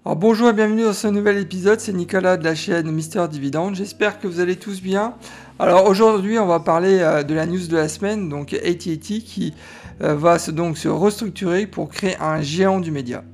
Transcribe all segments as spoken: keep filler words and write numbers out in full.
Alors bonjour et bienvenue dans ce nouvel épisode, c'est Nicolas de la chaîne Mister Dividende, j'espère que vous allez tous bien. Alors aujourd'hui on va parler euh, de la news de la semaine, donc A T and T qui euh, va se, donc se restructurer pour créer un géant du média.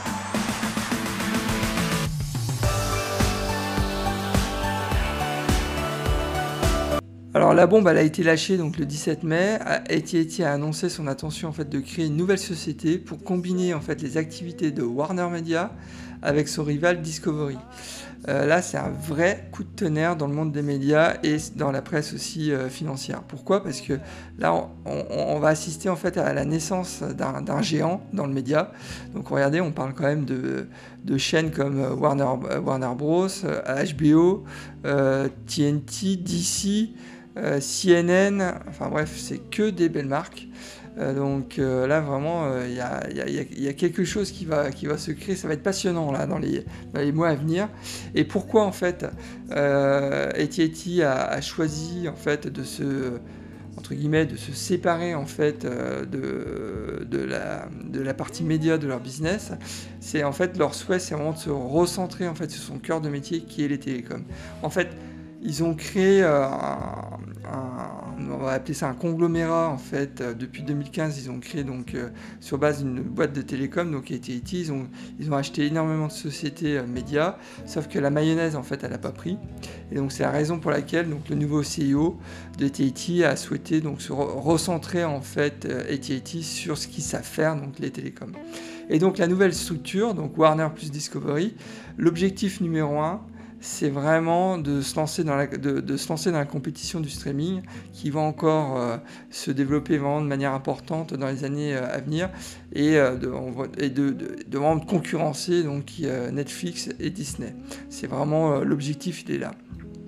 Alors la bombe elle a été lâchée donc le dix-sept mai. A T and T a annoncé son intention en fait de créer une nouvelle société pour combiner en fait les activités de Warner Media avec son rival Discovery. Euh, là c'est un vrai coup de tonnerre dans le monde des médias et dans la presse aussi euh, financière. Pourquoi ? Parce que là on, on, on va assister en fait à la naissance d'un, d'un géant dans le média. Donc regardez, on parle quand même de, de chaînes comme Warner, Warner Bros, H B O, euh, T N T, D C. Euh, C N N, enfin bref, c'est que des belles marques. Euh, donc euh, là vraiment, il euh, y, y, y, y a quelque chose qui va, qui va se créer. Ça va être passionnant là dans les, dans les mois à venir. Et pourquoi en fait euh, A T and T a, a choisi en fait de se entre guillemets de se séparer en fait euh, de, de, la, de la partie média de leur business. C'est en fait leur souhait, c'est vraiment de se recentrer en fait sur son cœur de métier qui est les télécoms. En fait, ils ont créé euh, un, un, on va appeler ça un conglomérat en fait. Euh, depuis deux mille quinze, ils ont créé donc euh, sur base d'une boîte de télécom, donc A T and T, ils ont, ils ont acheté énormément de sociétés euh, médias, sauf que la mayonnaise en fait, elle n'a pas pris. Et donc c'est la raison pour laquelle donc le nouveau C E O de A T and T a souhaité donc se re- recentrer en fait euh, A T and T sur ce qu'ils savent faire, donc les télécoms. Et donc la nouvelle structure, donc Warner plus Discovery, l'objectif numéro un, c'est vraiment de se, lancer dans la, de, de se lancer dans la compétition du streaming qui va encore euh, se développer vraiment de manière importante dans les années euh, à venir et, euh, de, et de, de, de vraiment concurrencer donc, euh, Netflix et Disney. C'est vraiment euh, l'objectif, il est là.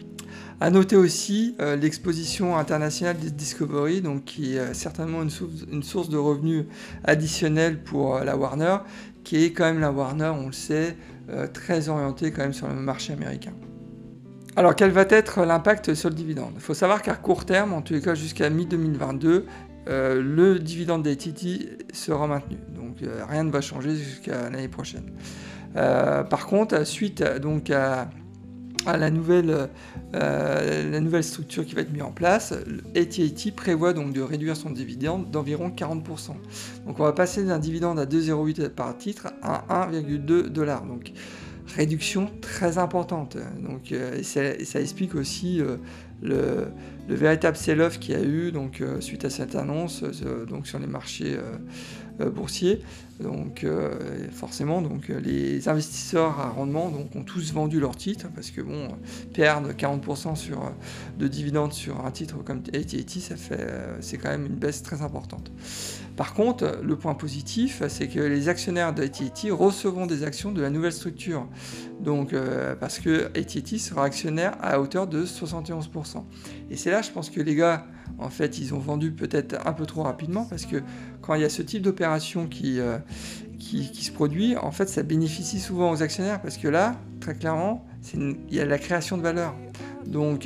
À noter aussi euh, l'exposition internationale de Discovery, donc, qui est euh, certainement une source, une source de revenus additionnelle pour euh, la Warner, qui est quand même la Warner, on le sait, euh, très orientée quand même sur le marché américain. Alors quel va être l'impact sur le dividende ? Il faut savoir qu'à court terme, en tous les cas jusqu'à mi deux mille vingt-deux, euh, le dividende d'A T and T sera maintenu. Donc euh, rien ne va changer jusqu'à l'année prochaine. Euh, par contre, suite donc à à la nouvelle, euh, la nouvelle structure qui va être mise en place, A T and T prévoit donc de réduire son dividende d'environ quarante pour cent. Donc on va passer d'un dividende à deux virgule zéro huit par titre à un virgule deux dollars. Donc réduction très importante. Donc, euh, et, ça, et ça explique aussi euh, le, le véritable sell-off qu'il y a eu donc, euh, suite à cette annonce euh, donc, sur les marchés euh, euh, boursiers. Donc euh, forcément, donc, les investisseurs à rendement donc, ont tous vendu leurs titres parce que bon, perdre quarante pour cent sur, de dividendes sur un titre comme A T and T, ça fait, c'est quand même une baisse très importante. Par contre, le point positif, c'est que les actionnaires de A T and T recevront des actions de la nouvelle structure. Donc, euh, parce que A T and T sera actionnaire à hauteur de soixante et onze pour cent. Et c'est là, je pense que les gars, en fait, ils ont vendu peut-être un peu trop rapidement parce que quand il y a ce type d'opération qui, euh, qui, qui se produit, en fait, ça bénéficie souvent aux actionnaires parce que là, très clairement, c'est une, il y a la création de valeur. Donc,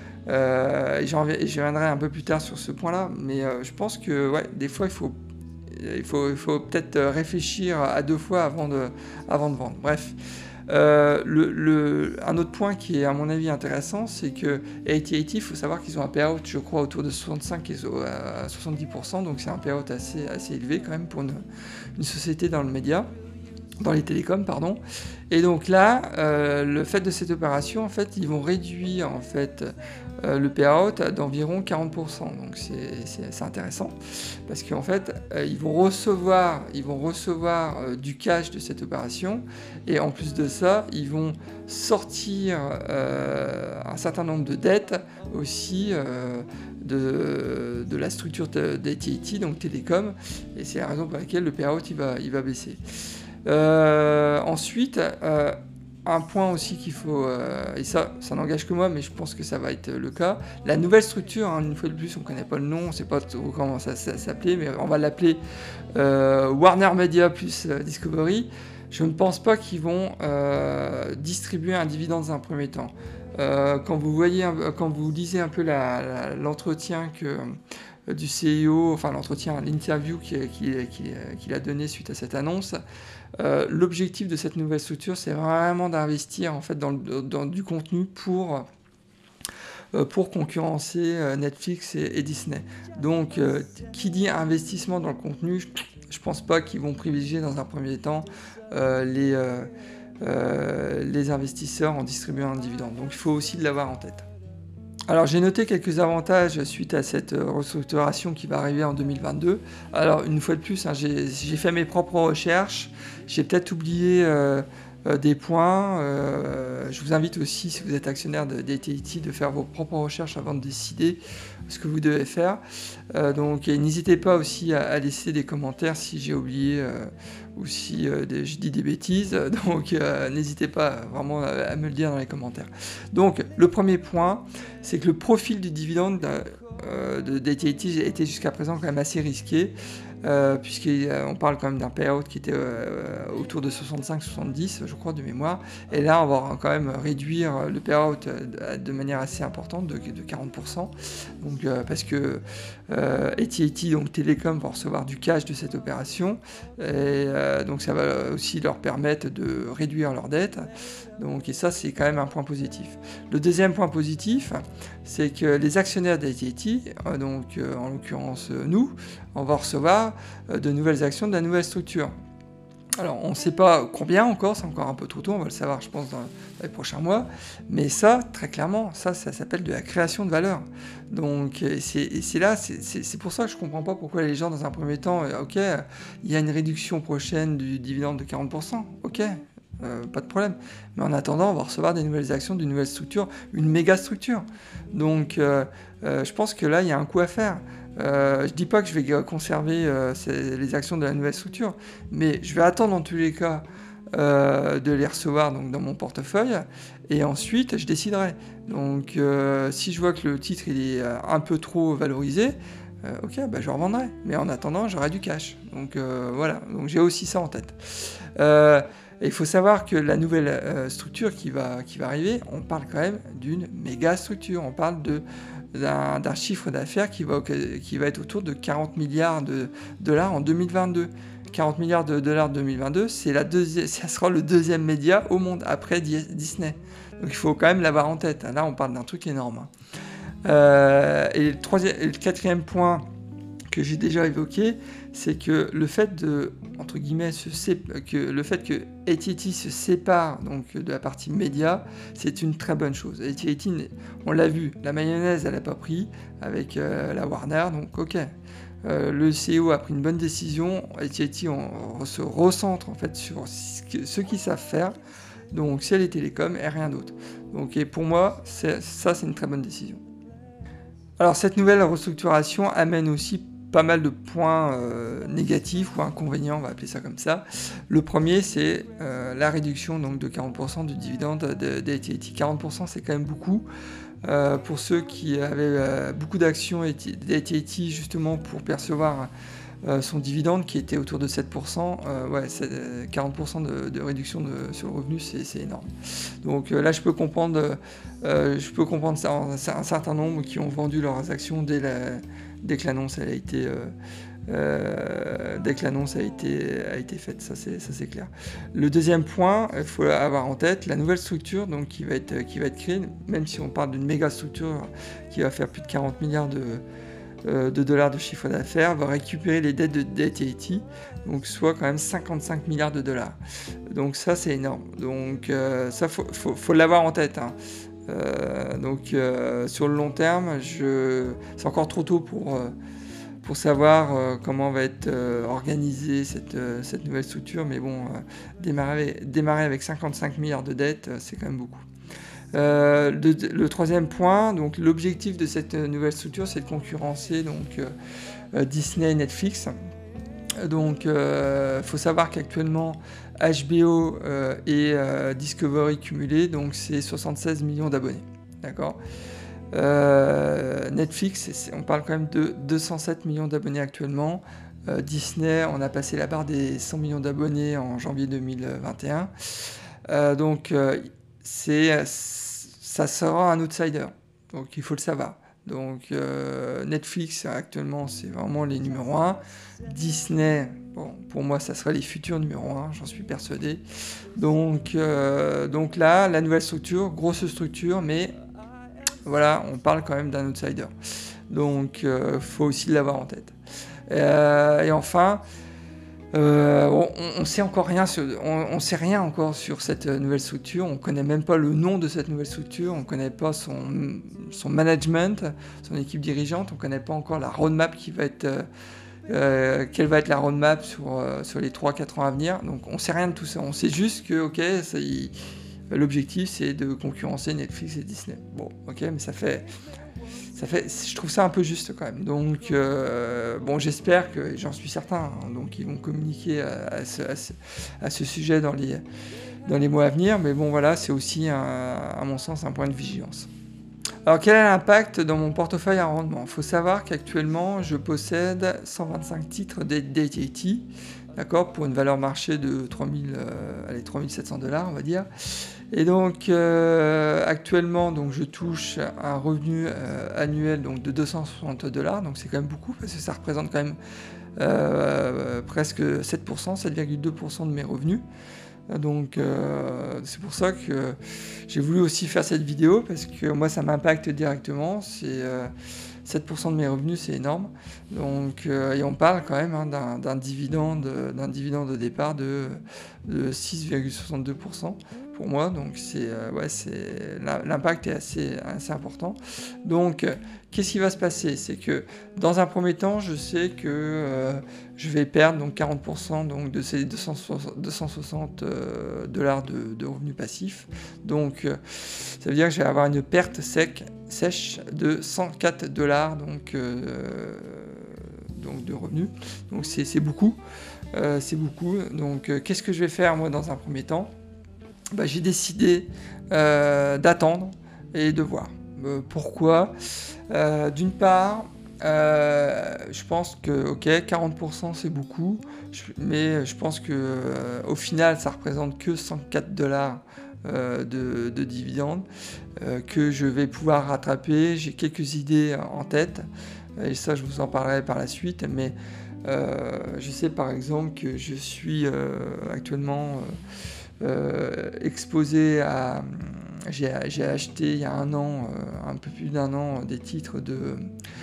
euh, j'y reviendrai un peu plus tard sur ce point-là, mais euh, je pense que ouais, des fois, il faut, il faut, il faut peut-être réfléchir à deux fois avant de, avant de vendre. Bref. Euh, le, le, un autre point qui est à mon avis intéressant, c'est que A T and T, il faut savoir qu'ils ont un payout, je crois, autour de soixante-cinq à soixante-dix pour cent, donc c'est un payout assez, assez élevé quand même pour une, une société dans le média, dans les télécoms, pardon. Et donc là, euh, le fait de cette opération, en fait, ils vont réduire en fait euh, le payout d'environ quarante pour cent. Donc c'est, c'est, c'est intéressant parce qu'en fait, euh, ils vont recevoir, ils vont recevoir euh, du cash de cette opération et en plus de ça, ils vont sortir euh, un certain nombre de dettes aussi euh, de, de la structure d'A T and T, donc télécom, et c'est la raison pour laquelle le payout il va, il va baisser. Euh, ensuite, euh, un point aussi qu'il faut, euh, et ça, ça n'engage que moi, mais je pense que ça va être le cas, la nouvelle structure, hein, une fois de plus, on ne connaît pas le nom, on ne sait pas trop comment ça, ça s'appelait, mais on va l'appeler euh, Warner Media plus euh, Discovery. Je ne pense pas qu'ils vont euh, distribuer un dividende dans un premier temps. Euh, quand vous voyez, quand vous lisez un peu la, la, l'entretien que du C E O, enfin l'entretien, l'interview qu'il, qu'il, qu'il, qu'il a donné suite à cette annonce, Euh, l'objectif de cette nouvelle structure, c'est vraiment d'investir en fait dans, le, dans du contenu pour pour concurrencer Netflix et, et Disney. Donc, euh, qui dit investissement dans le contenu, je, je pense pas qu'ils vont privilégier dans un premier temps euh, les, euh, euh, les investisseurs en distribuant un dividende. Donc, il faut aussi l'avoir en tête. Alors j'ai noté quelques avantages suite à cette restructuration qui va arriver en deux mille vingt-deux. Alors une fois de plus, hein, j'ai, j'ai fait mes propres recherches, j'ai peut-être oublié euh, euh, des points. Euh, je vous invite aussi, si vous êtes actionnaire de, d'A T and T, de faire vos propres recherches avant de décider ce que vous devez faire. Euh, donc et n'hésitez pas aussi à, à laisser des commentaires si j'ai oublié euh, ou si euh, des, je dis des bêtises. Donc euh, n'hésitez pas vraiment à, à me le dire dans les commentaires. Donc le premier point, c'est que le profil du dividende euh, d'A T and T était jusqu'à présent quand même assez risqué. Euh, puisqu'on parle quand même d'un payout qui était euh, autour de soixante-cinq à soixante-dix, je crois, de mémoire. Et là, on va quand même réduire le payout de, de manière assez importante, de, de quarante pour cent. Donc, euh, parce que euh, A T and T, donc Télécom, va recevoir du cash de cette opération. Et euh, donc, ça va aussi leur permettre de réduire leur dette. Donc, et ça, c'est quand même un point positif. Le deuxième point positif, c'est que les actionnaires d'A T and T, euh, donc euh, en l'occurrence euh, nous, on va recevoir euh, de nouvelles actions de la nouvelle structure. Alors, on ne sait pas combien encore, c'est encore un peu trop tôt, on va le savoir, je pense, dans, dans les prochains mois. Mais ça, très clairement, ça, ça s'appelle de la création de valeur. Donc, et c'est, et c'est là, c'est, c'est, c'est pour ça que je ne comprends pas pourquoi les gens, dans un premier temps, euh, ok, il y a une réduction prochaine du dividende de quarante pour cent, ok. Euh, pas de problème. Mais en attendant, on va recevoir des nouvelles actions d'une nouvelle structure, une méga structure. Donc, euh, euh, je pense que là, il y a un coup à faire. Euh, je dis pas que je vais conserver euh, ces, les actions de la nouvelle structure, mais je vais attendre en tous les cas euh, de les recevoir donc, dans mon portefeuille, et ensuite, je déciderai. Donc, euh, si je vois que le titre il est un peu trop valorisé, euh, ok, bah, je revendrai. Mais en attendant, j'aurai du cash. Donc, euh, voilà. Donc, j'ai aussi ça en tête. Euh, Et il faut savoir que la nouvelle euh, structure qui va, qui va arriver, on parle quand même d'une méga structure. On parle de, d'un, d'un chiffre d'affaires qui va, qui va être autour de quarante milliards de dollars en deux mille vingt-deux. quarante milliards de dollars en deux mille vingt-deux, c'est la deuxième, ça sera le deuxième média au monde après Disney. Donc il faut quand même l'avoir en tête. Là, on parle d'un truc énorme. Euh, et, le troisième, et le quatrième point que j'ai déjà évoqué, c'est que le fait de, entre guillemets, se sé- que le fait que A T and T se sépare donc de la partie média, c'est une très bonne chose. A T and T, on l'a vu, la mayonnaise, elle n'a pas pris avec euh, la Warner, donc ok. Euh, le C E O a pris une bonne décision. A T and T, on, on se recentre en fait sur ce qu'ils savent faire. Donc c'est les télécoms et rien d'autre. Donc et pour moi, c'est, ça c'est une très bonne décision. Alors cette nouvelle restructuration amène aussi pas mal de points euh, négatifs ou inconvénients, on va appeler ça comme ça. Le premier, c'est euh, la réduction donc, de quarante pour cent du dividende d'A T and T. quarante pour cent, c'est quand même beaucoup. Euh, pour ceux qui avaient euh, beaucoup d'actions d'A T and T justement pour percevoir euh, son dividende qui était autour de sept pour cent, euh, ouais, c'est, quarante pour cent de, de réduction de, sur le revenu, c'est, c'est énorme. Donc euh, là, je peux comprendre, euh, je peux comprendre ça, un, un certain nombre qui ont vendu leurs actions dès, la, dès que l'annonce elle a été... Euh, Euh, dès que l'annonce a été, a été faite, ça c'est, ça c'est clair. Le deuxième point, il faut avoir en tête la nouvelle structure donc, qui, va être, qui va être créée, même si on parle d'une méga structure qui va faire plus de quarante milliards de, euh, de dollars de chiffre d'affaires, va récupérer les dettes de A T and T, donc soit quand même cinquante-cinq milliards de dollars. Donc ça c'est énorme. Donc euh, ça faut, faut, faut l'avoir en tête. Hein. Euh, donc euh, sur le long terme, je... c'est encore trop tôt pour... Euh, pour savoir euh, comment va être euh, organisée cette, euh, cette nouvelle structure, mais bon, euh, démarrer, démarrer avec cinquante-cinq milliards de dettes, euh, c'est quand même beaucoup. Euh, le, le troisième point, donc l'objectif de cette nouvelle structure, c'est de concurrencer donc, euh, Disney et Netflix. Donc, il euh, faut savoir qu'actuellement, H B O euh, et euh, Discovery cumulés, donc c'est soixante-seize millions d'abonnés. D'accord ? Euh, Netflix, on parle quand même de deux cent sept millions d'abonnés actuellement. Euh, Disney, on a passé la barre des cent millions d'abonnés en janvier deux mille vingt et un. Euh, donc, euh, c'est, ça sera un outsider. Donc, il faut le savoir. Donc euh, Netflix actuellement c'est vraiment les numéros un. Disney, bon, pour moi ça serait les futurs numéros un, j'en suis persuadé. Donc, euh, donc là, la nouvelle structure, grosse structure, mais voilà, on parle quand même d'un outsider. Donc il euh, faut aussi l'avoir en tête. Euh, et enfin, Euh, on, on sait encore rien sur, on, on sait rien encore sur cette nouvelle structure. On connaît même pas le nom de cette nouvelle structure. On connaît pas son, son management, son équipe dirigeante. On connaît pas encore la roadmap qui va être, euh, quelle va être la roadmap sur euh, sur les trois quatre ans à venir. Donc on sait rien de tout ça. On sait juste que ok, ça, il, l'objectif c'est de concurrencer Netflix et Disney. Bon, ok, mais ça fait Ça fait, je trouve ça un peu juste quand même. Donc, euh, bon, j'espère que, j'en suis certain, hein, donc ils vont communiquer à, à, ce, à, ce, à ce sujet dans les, dans les mois à venir. Mais bon, voilà, c'est aussi, un, à mon sens, un point de vigilance. Alors, quel est l'impact dans mon portefeuille à rendement ? Il faut savoir qu'actuellement, je possède cent vingt-cinq titres d'A T and T, d'accord, pour une valeur marché de trois mille, euh, allez, trois mille sept cents dollars, on va dire. Et donc euh, actuellement, donc je touche un revenu euh, annuel donc de deux cent soixante dollars, donc c'est quand même beaucoup parce que ça représente quand même euh, presque sept pour cent, sept virgule deux pour cent de mes revenus. Donc euh, c'est pour ça que j'ai voulu aussi faire cette vidéo parce que moi ça m'impacte directement. C'est euh, sept pour cent de mes revenus, c'est énorme. Donc, euh, et on parle quand même hein, d'un, d'un dividende, d'un dividende de départ de, de six virgule soixante-deux pour cent pour moi. Donc, c'est, euh, ouais, c'est, l'impact est assez, assez important. Donc, euh, qu'est-ce qui va se passer ? C'est que dans un premier temps, je sais que euh, je vais perdre donc, quarante pour cent donc, de ces deux cent soixante euh, dollars de, de revenus passifs. Donc, euh, ça veut dire que je vais avoir une perte sec sèche de cent quatre dollars donc, euh, donc de revenus. Donc c'est, c'est beaucoup. Euh, c'est beaucoup. Donc euh, qu'est-ce que je vais faire moi dans un premier temps ? Bah, j'ai décidé euh, d'attendre et de voir. Euh, pourquoi ? euh, D'une part, euh, je pense que ok, quarante pour cent c'est beaucoup, je, mais je pense que euh, au final ça représente que cent quatre dollars euh, de, de dividendes. Euh, que je vais pouvoir rattraper. J'ai quelques idées en tête, et ça je vous en parlerai par la suite, mais euh, je sais par exemple que je suis euh, actuellement euh, euh, exposé à... J'ai, j'ai acheté il y a un an, euh, un peu plus d'un an, des titres de...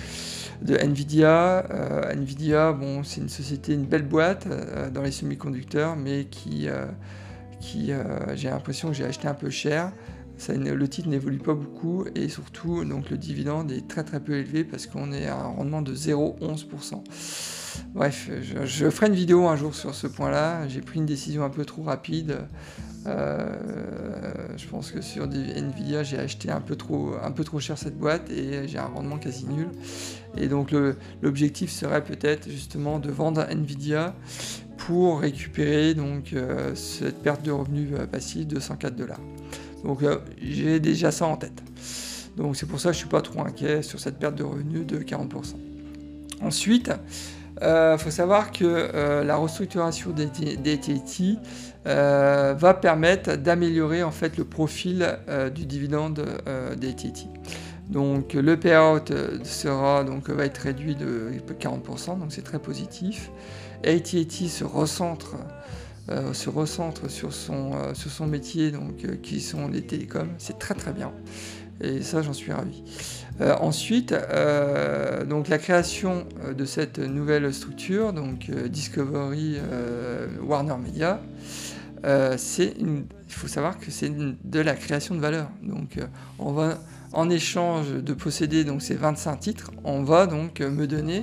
de Nvidia. Euh, Nvidia, bon, c'est une société, une belle boîte euh, dans les semi-conducteurs, mais qui, euh, qui euh, j'ai l'impression que j'ai acheté un peu cher. Ça, le titre n'évolue pas beaucoup et surtout donc, le dividende est très très peu élevé parce qu'on est à un rendement de zéro virgule onze pour cent. Bref, je, je ferai une vidéo un jour sur ce point-là. J'ai pris une décision un peu trop rapide. Euh, je pense que sur Nvidia, j'ai acheté un peu trop, un peu trop cher cette boîte et j'ai un rendement quasi nul. Et donc le, l'objectif serait peut-être justement de vendre Nvidia pour récupérer donc, euh, cette perte de revenus euh, passifs de cent quatre dollars. Donc euh, j'ai déjà ça en tête. Donc c'est pour ça que je ne suis pas trop inquiet sur cette perte de revenus de quarante pour cent. Ensuite, il euh, faut savoir que euh, la restructuration des A T and T euh, va permettre d'améliorer en fait le profil euh, du dividende euh, des A T and T. Donc le payout sera, donc, va être réduit de quarante pour cent, donc c'est très positif. A T and T se recentre Euh, se recentre sur son, euh, sur son métier, donc, euh, qui sont les télécoms. C'est très très bien. Et ça, j'en suis ravi. Euh, ensuite, euh, donc, la création de cette nouvelle structure, donc euh, Discovery euh, Warner Media, euh, c'est une, il faut savoir que c'est une, de la création de valeur. Donc, euh, on va, en échange de posséder donc, ces vingt-cinq titres, on va donc me donner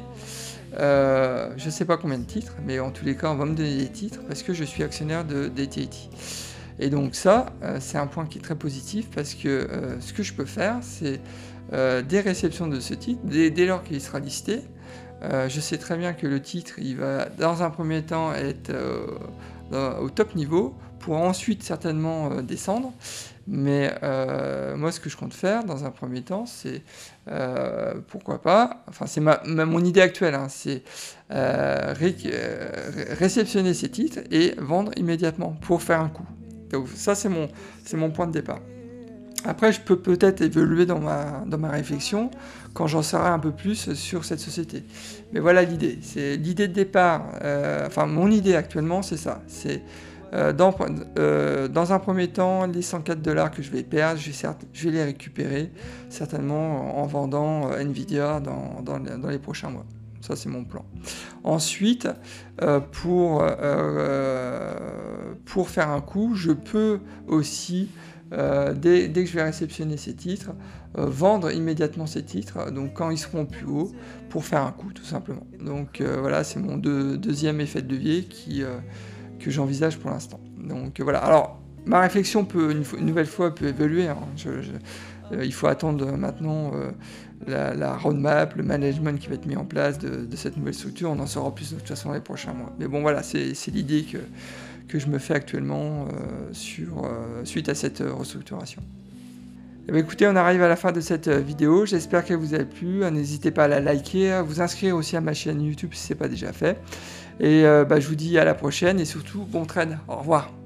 Euh, je ne sais pas combien de titres, mais en tous les cas, on va me donner des titres parce que je suis actionnaire de d'A T and T. Et donc ça, euh, c'est un point qui est très positif parce que euh, ce que je peux faire, c'est euh, des réceptions de ce titre, dès, dès lors qu'il sera listé. Euh, je sais très bien que le titre, il va dans un premier temps être euh, au top niveau pour ensuite certainement euh, descendre. Mais euh, moi, ce que je compte faire dans un premier temps, c'est euh, pourquoi pas, enfin c'est ma, ma, mon idée actuelle, hein, c'est euh, ré, euh, réceptionner ces titres et vendre immédiatement pour faire un coup. Donc ça, c'est mon, c'est mon point de départ. Après, je peux peut-être évoluer dans ma, dans ma réflexion quand j'en saurai un peu plus sur cette société. Mais voilà l'idée. C'est l'idée de départ. Euh, enfin, mon idée actuellement, c'est ça. C'est euh, dans, euh, dans un premier temps, les cent quatre dollars que je vais perdre, je vais, certes, je vais les récupérer certainement en vendant euh, Nvidia dans, dans, dans les prochains mois. Ça, c'est mon plan. Ensuite, euh, pour, euh, pour faire un coup, je peux aussi, euh, dès, dès que je vais réceptionner ces titres, euh, vendre immédiatement ces titres, donc quand ils seront plus hauts, pour faire un coup, tout simplement. Donc euh, voilà, c'est mon deux, deuxième effet de levier qui, euh, que j'envisage pour l'instant. Donc euh, voilà. Alors, ma réflexion peut, une, une nouvelle fois, peut évoluer. Hein. Je, je, euh, il faut attendre maintenant euh, la, la roadmap, le management qui va être mis en place de, de cette nouvelle structure. On en saura plus de toute façon les prochains mois. Mais bon, voilà, c'est, c'est l'idée que, que je me fais actuellement euh, sur, euh, suite à cette euh, restructuration. Eh bien, écoutez, on arrive à la fin de cette vidéo. J'espère qu'elle vous a plu. N'hésitez pas à la liker, à vous inscrire aussi à ma chaîne YouTube si ce n'est pas déjà fait. Et euh, bah, je vous dis à la prochaine et surtout, bon trade. Au revoir.